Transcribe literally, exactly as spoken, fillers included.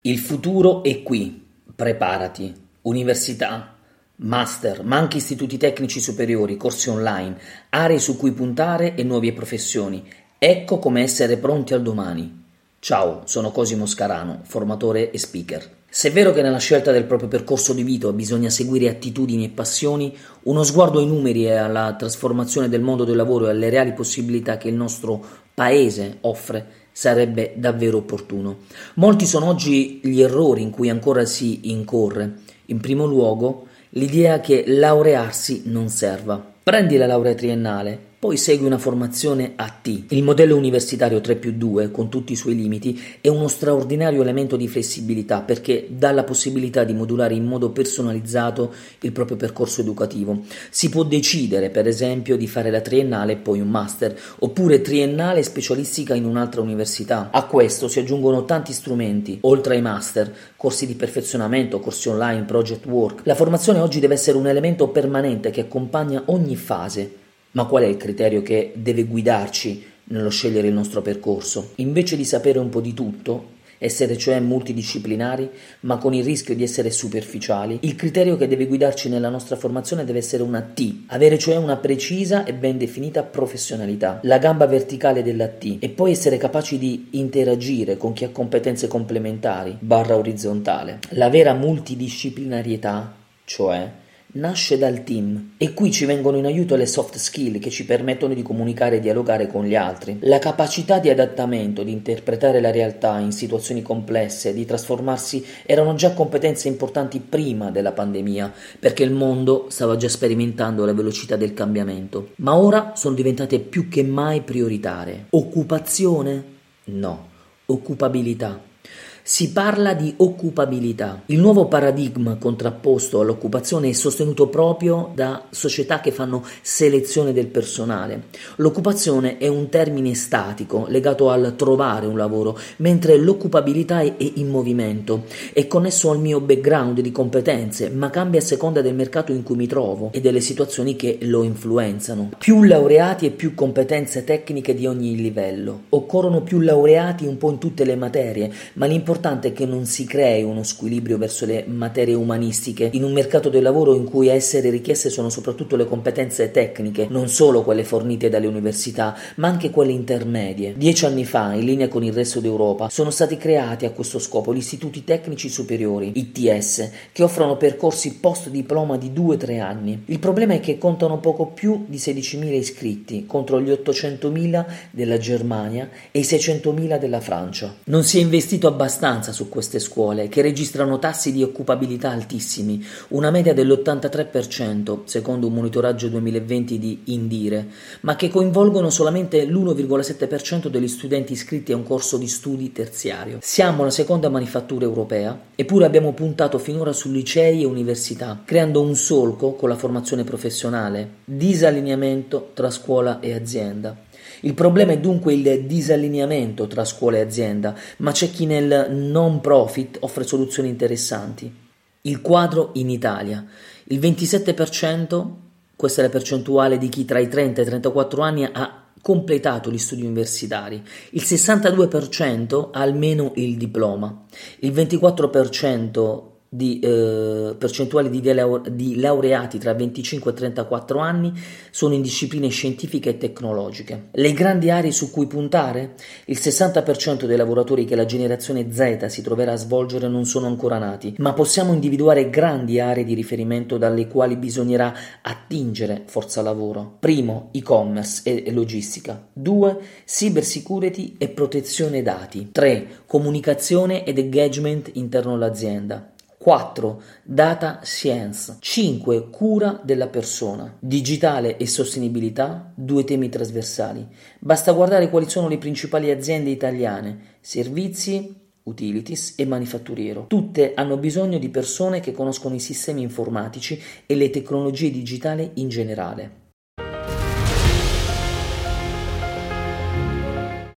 Il futuro è qui, preparati. Università, master, ma anche istituti tecnici superiori, corsi online, aree su cui puntare e nuove professioni. Ecco come essere pronti al domani. Ciao, sono Cosimo Scarano, formatore e speaker. Se è vero che nella scelta del proprio percorso di vita bisogna seguire attitudini e passioni, uno sguardo ai numeri e alla trasformazione del mondo del lavoro e alle reali possibilità che il nostro paese offre sarebbe davvero opportuno. Molti sono oggi gli errori in cui ancora si incorre. In primo luogo, l'idea che laurearsi non serva. Prendi la laurea triennale, poi segui una formazione A T. Il modello universitario tre più due, con tutti i suoi limiti, è uno straordinario elemento di flessibilità perché dà la possibilità di modulare in modo personalizzato il proprio percorso educativo. Si può decidere, per esempio, di fare la triennale e poi un master, oppure triennale e specialistica in un'altra università. A questo si aggiungono tanti strumenti, oltre ai master, corsi di perfezionamento, corsi online, project work. La formazione oggi deve essere un elemento permanente che accompagna ogni fase. Ma qual è il criterio che deve guidarci nello scegliere il nostro percorso? Invece di sapere un po' di tutto, essere cioè multidisciplinari, ma con il rischio di essere superficiali, il criterio che deve guidarci nella nostra formazione deve essere una T, avere cioè una precisa e ben definita professionalità, la gamba verticale della T, e poi essere capaci di interagire con chi ha competenze complementari, barra orizzontale. La vera multidisciplinarietà, cioè, nasce dal team e qui ci vengono in aiuto le soft skill che ci permettono di comunicare e dialogare con gli altri. La capacità di adattamento, di interpretare la realtà in situazioni complesse, di trasformarsi erano già competenze importanti prima della pandemia perché il mondo stava già sperimentando la velocità del cambiamento, ma ora sono diventate più che mai prioritarie. Occupazione? No, occupabilità. Si parla di occupabilità. Il nuovo paradigma contrapposto all'occupazione è sostenuto proprio da società che fanno selezione del personale. L'occupazione è un termine statico legato al trovare un lavoro, mentre l'occupabilità è in movimento, è connesso al mio background di competenze, ma cambia a seconda del mercato in cui mi trovo e delle situazioni che lo influenzano. Più laureati e più competenze tecniche di ogni livello. Occorrono più laureati un po' in tutte le materie, ma l'importante L'importante è che non si crei uno squilibrio verso le materie umanistiche in un mercato del lavoro in cui a essere richieste sono soprattutto le competenze tecniche, non solo quelle fornite dalle università, ma anche quelle intermedie. Dieci anni fa, in linea con il resto d'Europa, sono stati creati a questo scopo gli istituti tecnici superiori, I T S, che offrono percorsi post-diploma di due tre anni. Il problema è che contano poco più di sedicimila iscritti contro gli ottocentomila della Germania e i seicentomila della Francia. Non si è investito abbastanza su queste scuole che registrano tassi di occupabilità altissimi, una media dell'ottantatré per cento secondo un monitoraggio duemilaventi di Indire, ma che coinvolgono solamente l'uno virgola sette per cento degli studenti iscritti a un corso di studi terziario. Siamo la seconda manifattura europea, eppure abbiamo puntato finora su licei e università, creando un solco con la formazione professionale, disallineamento tra scuola e azienda. Il problema è dunque il disallineamento tra scuola e azienda, ma c'è chi nel non profit offre soluzioni interessanti. Il quadro in Italia. Il ventisette per cento, questa è la percentuale di chi tra i trenta e i trentaquattro anni ha completato gli studi universitari. Il sessantadue per cento ha almeno il diploma. Il ventiquattro per cento di eh, percentuali di, lau- di laureati tra venticinque e trentaquattro anni sono in discipline scientifiche e tecnologiche. Le grandi aree su cui puntare? Il sessanta per cento dei lavoratori che la generazione Z si troverà a svolgere non sono ancora nati, ma possiamo individuare grandi aree di riferimento dalle quali bisognerà attingere forza lavoro. Primo, e-commerce e logistica. Due, cybersecurity e protezione dati. Tre, comunicazione ed engagement interno all'azienda. quattro. Data science. cinque. Cura della persona. Digitale e sostenibilità, due temi trasversali. Basta guardare quali sono le principali aziende italiane, servizi, utilities e manifatturiero. Tutte hanno bisogno di persone che conoscono i sistemi informatici e le tecnologie digitali in generale.